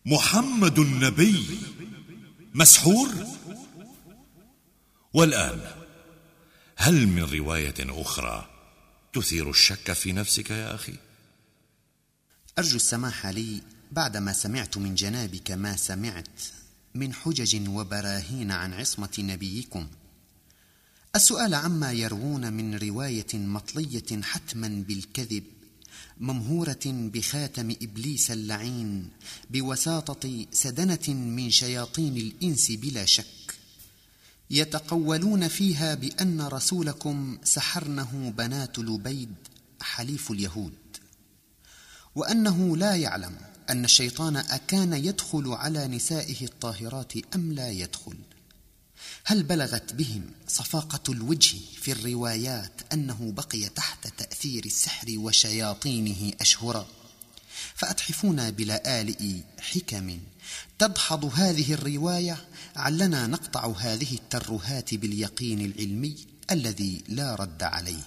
محمد النبي مسحور؟ والآن هل من رواية أخرى تثير الشك في نفسك يا أخي؟ أرجو السماح لي بعدما سمعت من جنابك ما سمعت من حجج وبراهين عن عصمة نبيكم، السؤال عما يروون من رواية مطلية حتما بالكذب، ممهورة بخاتم إبليس اللعين، بوساطة سدنة من شياطين الإنس بلا شك، يتقولون فيها بأن رسولكم سحرنه بنات لبيد حليف اليهود، وأنه لا يعلم أن الشيطان أكان يدخل على نسائه الطاهرات أم لا يدخل. هل بلغت بهم صفاقة الوجه في الروايات أنه بقي تحت تأثير السحر وشياطينه أشهرا؟ فأتحفونا بلآلئ حكم تدحض هذه الرواية، علنا نقطع هذه الترهات باليقين العلمي الذي لا رد عليه.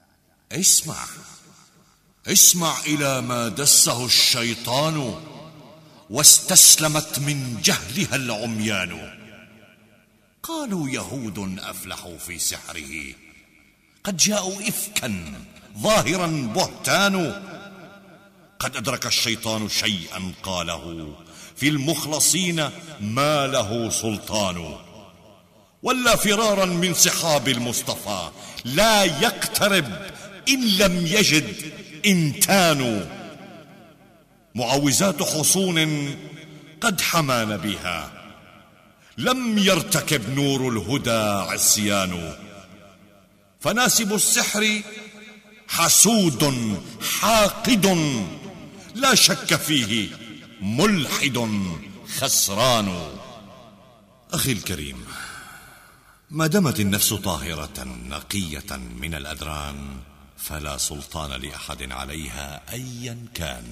اسمع إلى ما دسه الشيطان، واستسلمت من جهلها العميان. قالوا يهود أفلحوا في سحره، قد جاءوا إفكا ظاهرا بهتان. قد أدرك الشيطان شيئا قاله، في المخلصين ما له سلطان. ولا فرارا من سحاب المصطفى، لا يقترب إن لم يجد إنتان. معوزات حصون قد حمان بها، لم يرتكب نور الهدى عصيان. فناسب السحر حسود حاقد، لا شك فيه ملحد خسران. أخي الكريم، ما دامت النفس طاهرة نقية من الأدران، فلا سلطان لأحد عليها أيا كان.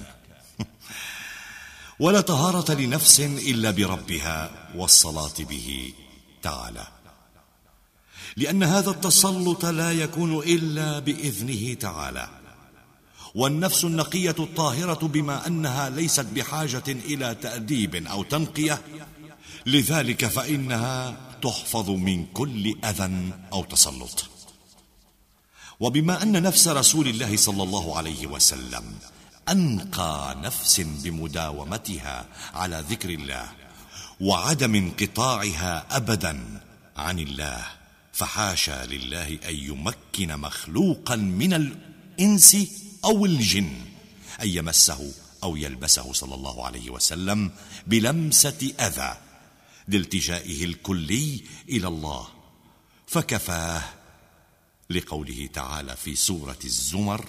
ولا طهارة لنفس إلا بربها والصلاة به تعالى، لأن هذا التسلط لا يكون إلا بإذنه تعالى. والنفس النقية الطاهرة بما أنها ليست بحاجة إلى تأديب أو تنقية، لذلك فإنها تحفظ من كل أذى أو تسلط. وبما أن نفس رسول الله صلى الله عليه وسلم أنقى نفس بمداومتها على ذكر الله وعدم انقطاعها أبدا عن الله، فحاشا لله أن يمكن مخلوقا من الإنس أو الجن أن يمسه أو يلبسه صلى الله عليه وسلم بلمسة أذى، لالتجائه الكلي إلى الله، فكفاه لقوله تعالى في سورة الزمر: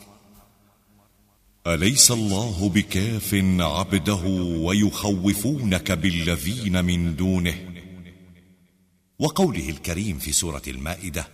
أليس الله بكاف عبده ويخوفونك بالذين من دونه. وقوله الكريم في سورة المائدة: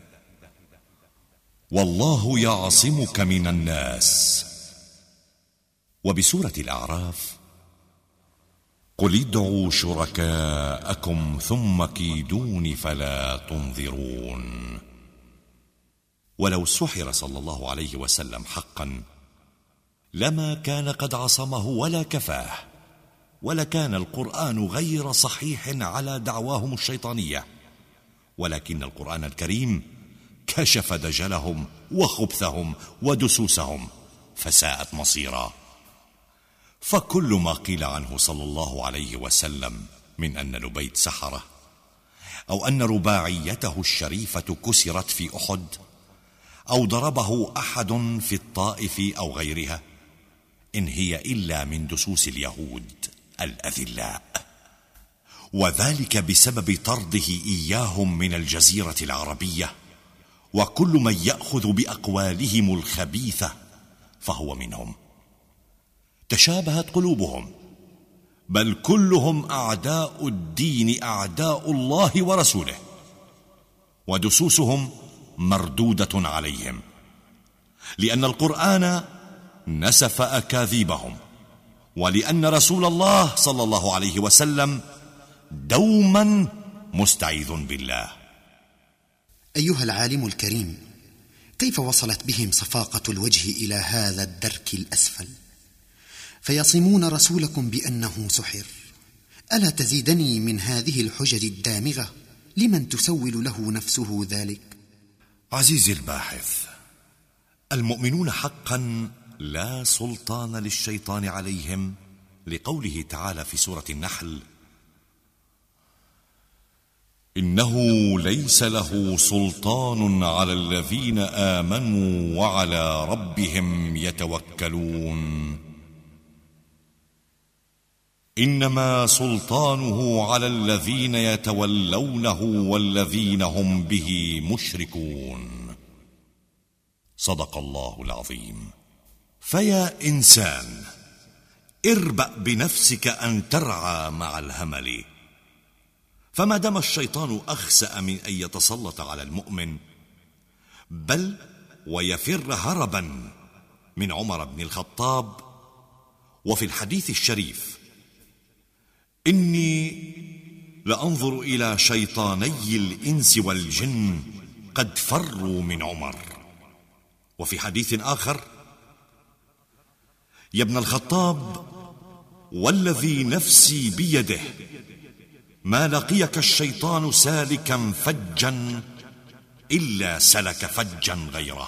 والله يعصمك من الناس. وبسورة الأعراف: قل ادعوا شركاءكم ثم كيدون فلا تنظرون. ولو سحر صلى الله عليه وسلم حقا لما كان قد عصمه ولا كفاه، ولكان القرآن غير صحيح على دعواهم الشيطانية، ولكن القرآن الكريم كشف دجلهم وخبثهم ودسوسهم، فساءت مصيرا. فكل ما قيل عنه صلى الله عليه وسلم من أن لبيد سحره، أو أن رباعيته الشريفة كسرت في أحد، أو ضربه أحد في الطائف أو غيرها، إن هي إلا من دسوس اليهود الأذلاء، وذلك بسبب طرده إياهم من الجزيرة العربية. وكل من يأخذ بأقوالهم الخبيثة فهو منهم. تشابهت قلوبهم، بل كلهم أعداء الدين، أعداء الله ورسوله، ودسوسهم مردودة عليهم، لأن القرآن نسف أكاذيبهم، ولأن رسول الله صلى الله عليه وسلم دوما مستعيذ بالله. أيها العالم الكريم، كيف وصلت بهم صفاقة الوجه إلى هذا الدرك الأسفل، فيصمون رسولكم بأنه سحر، ألا تزيدني من هذه الحجج الدامغة لمن تسول له نفسه ذلك؟ عزيزي الباحث، المؤمنون حقا لا سلطان للشيطان عليهم، لقوله تعالى في سورة النحل: إنه ليس له سلطان على الذين آمنوا وعلى ربهم يتوكلون، إنما سلطانه على الذين يتولونه والذين هم به مشركون. صدق الله العظيم. فيا إنسان، اربأ بنفسك أن ترعى مع الهمل، فما دام الشيطان أخسأ من أن يتسلط على المؤمن، بل ويفر هربا من عمر بن الخطاب. وفي الحديث الشريف: إني لأنظر إلى شيطاني الإنس والجن قد فروا من عمر. وفي حديث آخر: يا ابن الخطاب، والذي نفسي بيده ما لقيك الشيطان سالكا فجا إلا سلك فجا غيره.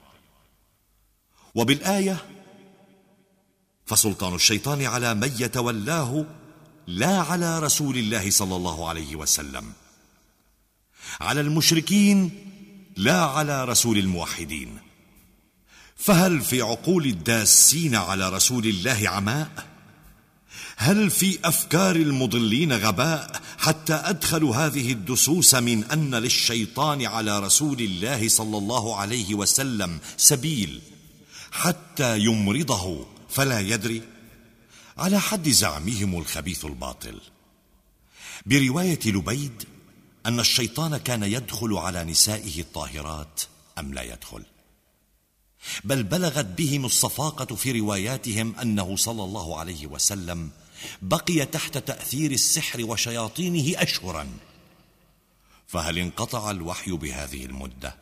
وبالآية: فسلطان الشيطان على من يتولاه لا على رسول الله صلى الله عليه وسلم، على المشركين لا على رسول الموحدين. فهل في عقول الداسين على رسول الله عماء؟ هل في أفكار المضلين غباء حتى أدخلوا هذه الدسوس من أن للشيطان على رسول الله صلى الله عليه وسلم سبيل حتى يمرضه فلا يدري، على حد زعمهم الخبيث الباطل. برواية لبيد أن الشيطان كان يدخل على نسائه الطاهرات أم لا يدخل، بل بلغت بهم الصفاقة في رواياتهم أنه صلى الله عليه وسلم بقي تحت تأثير السحر وشياطينه أشهرا. فهل انقطع الوحي بهذه المدة؟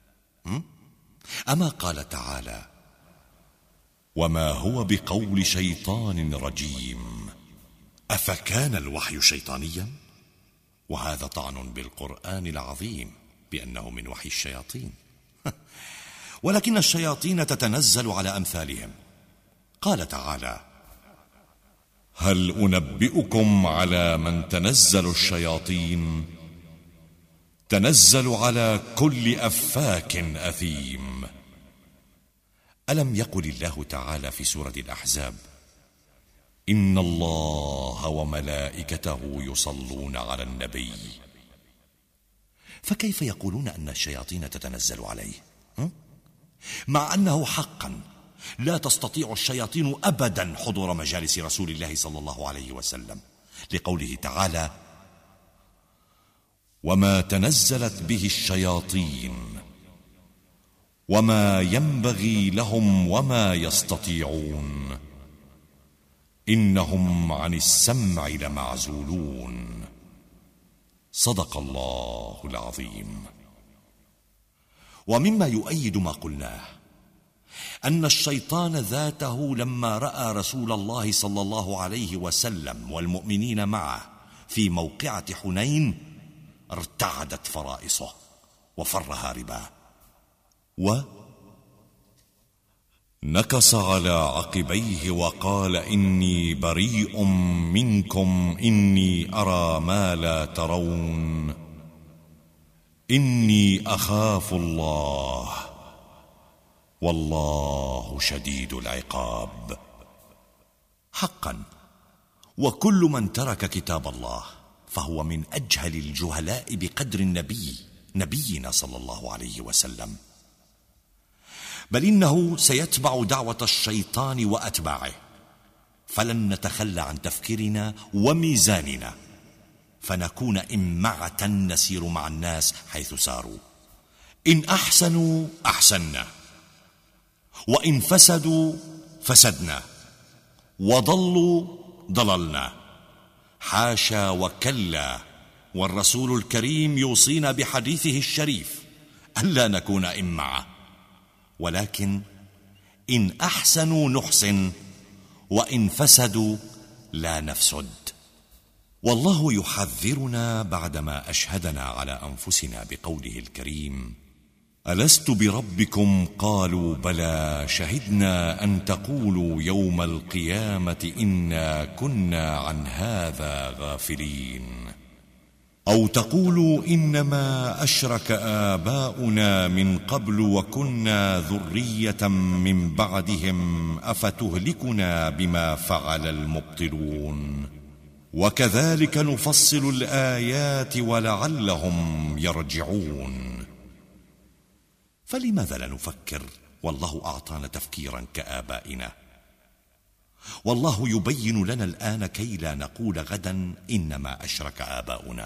أما قال تعالى: وما هو بقول شيطان رجيم، أفكان الوحي شيطانيا؟ وهذا طعن بالقرآن العظيم بأنه من وحي الشياطين. ولكن الشياطين تتنزل على أمثالهم. قال تعالى: هل أنبئكم على من تنزل الشياطين؟ تنزل على كل أفاك أثيم. ألم يقل الله تعالى في سورة الأحزاب: إن الله وملائكته يصلون على النبي؟ فكيف يقولون أن الشياطين تتنزل عليه مع أنه حقا لا تستطيع الشياطين أبدا حضور مجالس رسول الله صلى الله عليه وسلم، لقوله تعالى: وما تنزلت به الشياطين وما ينبغي لهم وما يستطيعون إنهم عن السمع لمعزولون. صدق الله العظيم. ومما يؤيد ما قلناه أن الشيطان ذاته لما رأى رسول الله صلى الله عليه وسلم والمؤمنين معه في موقعة حنين ارتعدت فرائصه وفر هاربا، ونكص على عقبيه وقال: إني بريء منكم إني أرى ما لا ترون إني أخاف الله والله شديد العقاب. حقا، وكل من ترك كتاب الله فهو من أجهل الجهلاء بقدر نبينا صلى الله عليه وسلم. بل إنه سيتبع دعوة الشيطان وأتباعه، فلن نتخلى عن تفكيرنا وميزاننا، فنكون إمعة نسير مع الناس حيث ساروا. إن أحسنوا أحسنا، وإن فسدوا فسدنا، وضلوا ضللنا. حاشا وكلا، والرسول الكريم يوصينا بحديثه الشريف ألا نكون إمعة، ولكن إن أحسنوا نحسن، وإن فسدوا لا نفسد. والله يحذرنا بعدما أشهدنا على أنفسنا بقوله الكريم: ألست بربكم؟ قالوا بلى شهدنا أن تقولوا يوم القيامة إنا كنا عن هذا غافلين، أو تقولوا إنما أشرك آباؤنا من قبل وكنا ذرية من بعدهم أفتهلكنا بما فعل المبطلون وكذلك نفصل الآيات ولعلهم يرجعون. فلماذا لا نفكر والله أعطانا تفكيرا كآبائنا؟ والله يبين لنا الآن كي لا نقول غدا إنما أشرك آباؤنا.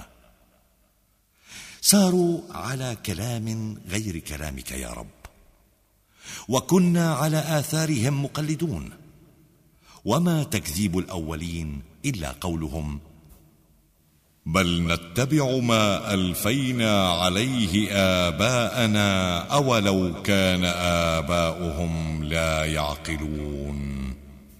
ساروا على كلام غير كلامك يا رب، وكنا على آثارهم مقلدون، وما تكذيب الأولين إلا قولهم: بل نتبع ما ألفينا عليه آباءنا أولو كان آباؤهم لا يعقلون.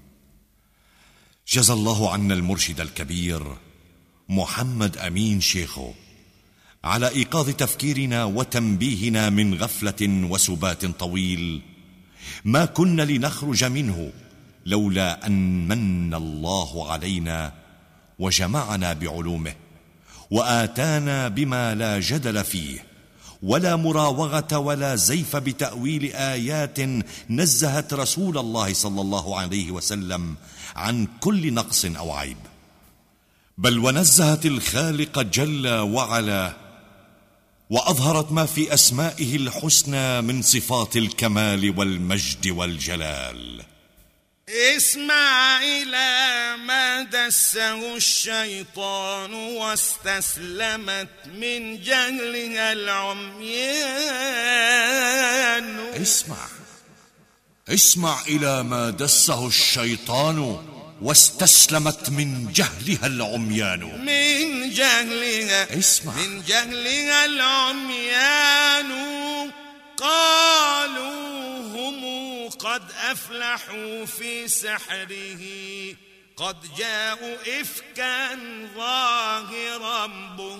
جزى الله عنا المرشد الكبير محمد أمين شيخو على إيقاظ تفكيرنا وتنبيهنا من غفلة وسبات طويل ما كنا لنخرج منه لولا أن من الله علينا وجمعنا بعلومه وآتانا بما لا جدل فيه ولا مراوغة ولا زيف بتأويل آيات نزهت رسول الله صلى الله عليه وسلم عن كل نقص أو عيب، بل ونزهت الخالق جل وعلا وأظهرت ما في أسمائه الحسنى من صفات الكمال والمجد والجلال. اسمع إلى ما دسه الشيطان واستسلمت من جهلها العميان. اسمع إلى ما دسه الشيطان واستسلمت من جهلها العميان. من جهلها العميان قالوا هم قد أفلحوا في سحره قد جاءوا إفكا ظاهرا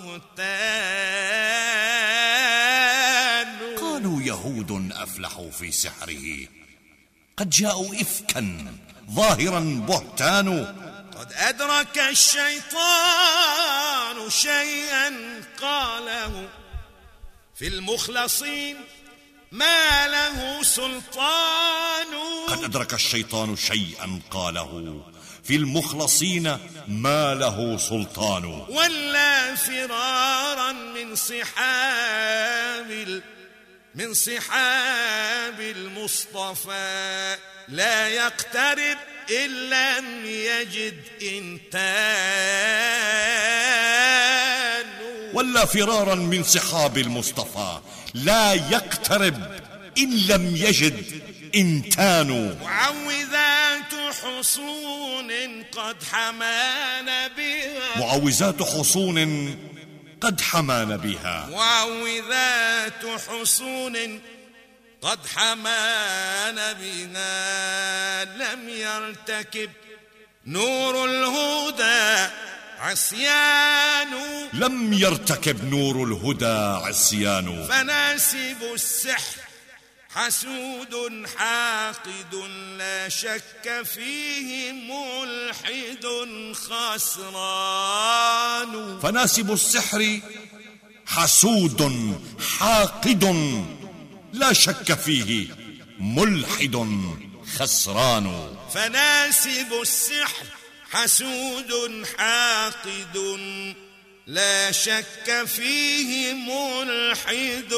بهتان. قالوا يهود أفلحوا في سحره قد جاءوا إفكا ظاهرا بهتان. قد أدرك الشيطان شيئا قاله في المخلصين ما له سلطان. قد أدرك الشيطان شيئا قاله في المخلصين ما له سلطان. ولا فرارا من صحاب المصطفى لا يقترب إن لم يجد إنتان. ولا فرارا من صحاب المصطفى لا يقترب إن لم يجد إنتان. معوذات حصون قد حمان بها. معوذات حصون قد حمان بها. معوذات حصون قد حمان بها لم يرتكب نور الهدى عصيان. لم يرتكب نور الهدى عصيان. فناسب السحر حسود حاقد لا شك فيه ملحد خسران. فناسب السحر حسود حاقد لا شك فيه ملحد خسران. فناسب السحر حسود حاقد لا شك فيه ملحد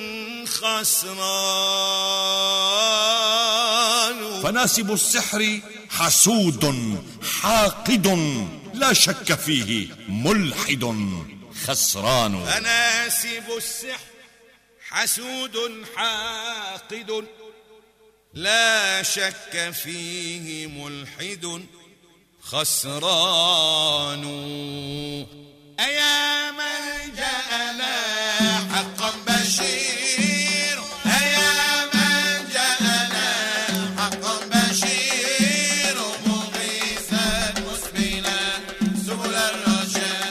خسران. فناسب السحر حسود حاقد لا شك فيه ملحد خسران. فناسب السحر حسود حاقد لا شك فيه ملحد خسران. أيا من جاءنا حقا بشير. أيا من جاءنا حقا بشير مغيثا مسبلا سبل الرشاد.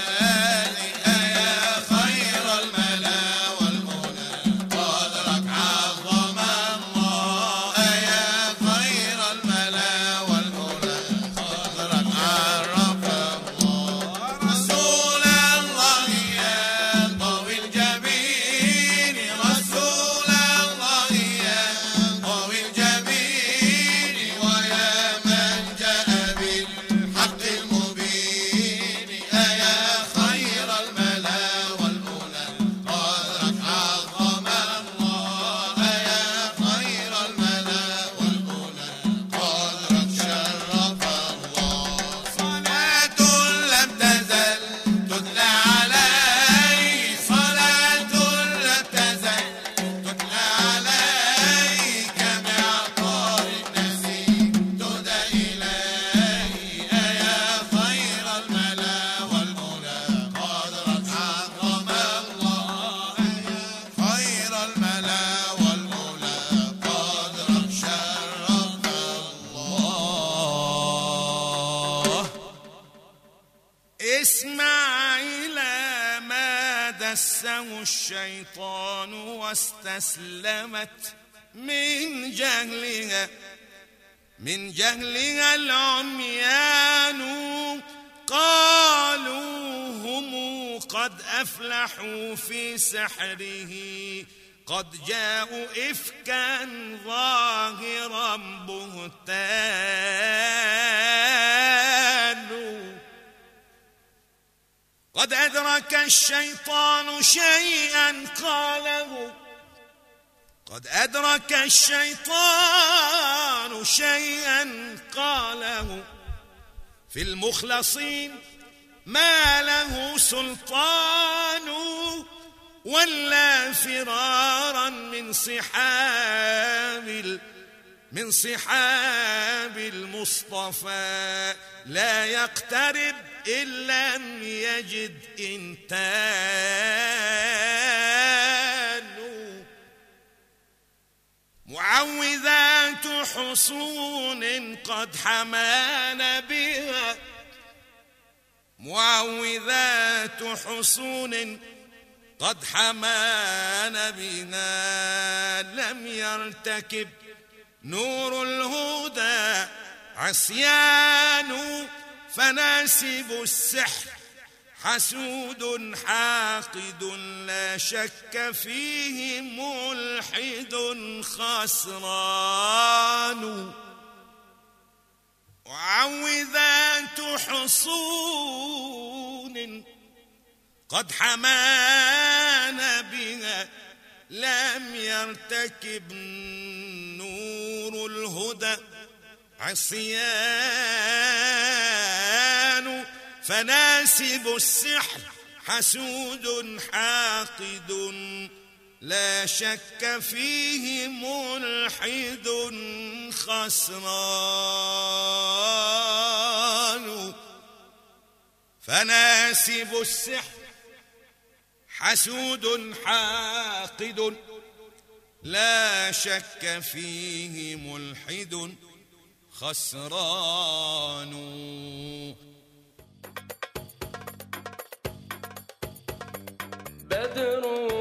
اسمع إلى ما دسه الشيطان واستسلمت من جهلها العميان. قالوا هم قد أفلحوا في سحره، قد جاءوا إفكا ظاهرا بهتان. قد أدرك الشيطان شيئا قاله، قد أدرك الشيطان شيئا قاله، في المخلصين ما له سلطان. ولا فرارا من صحاب المصطفى، لا يقترب إن لم يجد إنتان. معوذات حصون قد حمان بها، معوذات حصون قد حمان بها، لم يرتكب نور الهدى عصيان. فناسب السحر حسود حاقد، لا شك فيه ملحد خسران. معوذات حصون قد حمان بها، لم يرتكب نور الهدى عصيان. فناسب السحر حسود حاقد، لا شك فيه ملحد خسران. فناسب السحر حسود حاقد، لا شك فيه ملحد خسران. بدر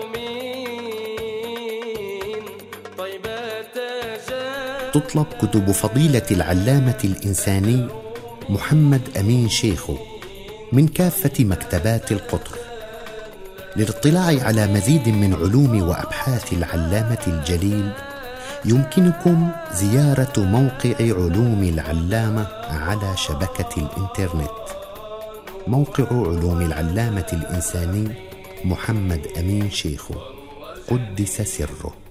من طيبات جاء. تطلب كتب فضيلة العلامة الإنساني محمد أمين شيخو من كافة مكتبات القطر. للاطلاع على مزيد من علوم وأبحاث العلامة الجليل يمكنكم زيارة موقع علوم العلامة على شبكة الإنترنت. موقع علوم العلامة الإنساني محمد أمين شيخو قدس سره.